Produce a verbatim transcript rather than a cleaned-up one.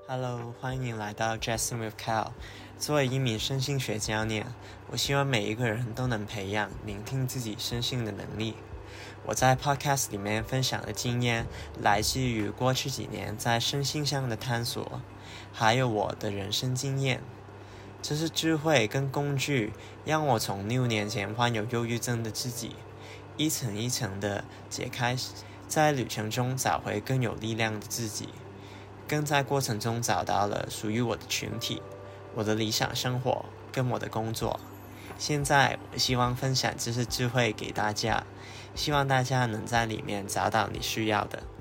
Hello， 欢迎来到 Jazzing with Kyle。作为一名身心学教练，我希望每一个人都能培养聆听自己身心的能力。我在 Podcast 里面分享的经验，来自于过去几年在身心上的探索，还有我的人生经验。这是智慧跟工具，让我从六年前患有忧郁症的自己，一层一层的解开，在旅程中找回更有力量的自己。更在过程中找到了属于我的群体，我的理想生活跟我的工作。现在我希望分享这些智慧给大家，希望大家能在里面找到你需要的。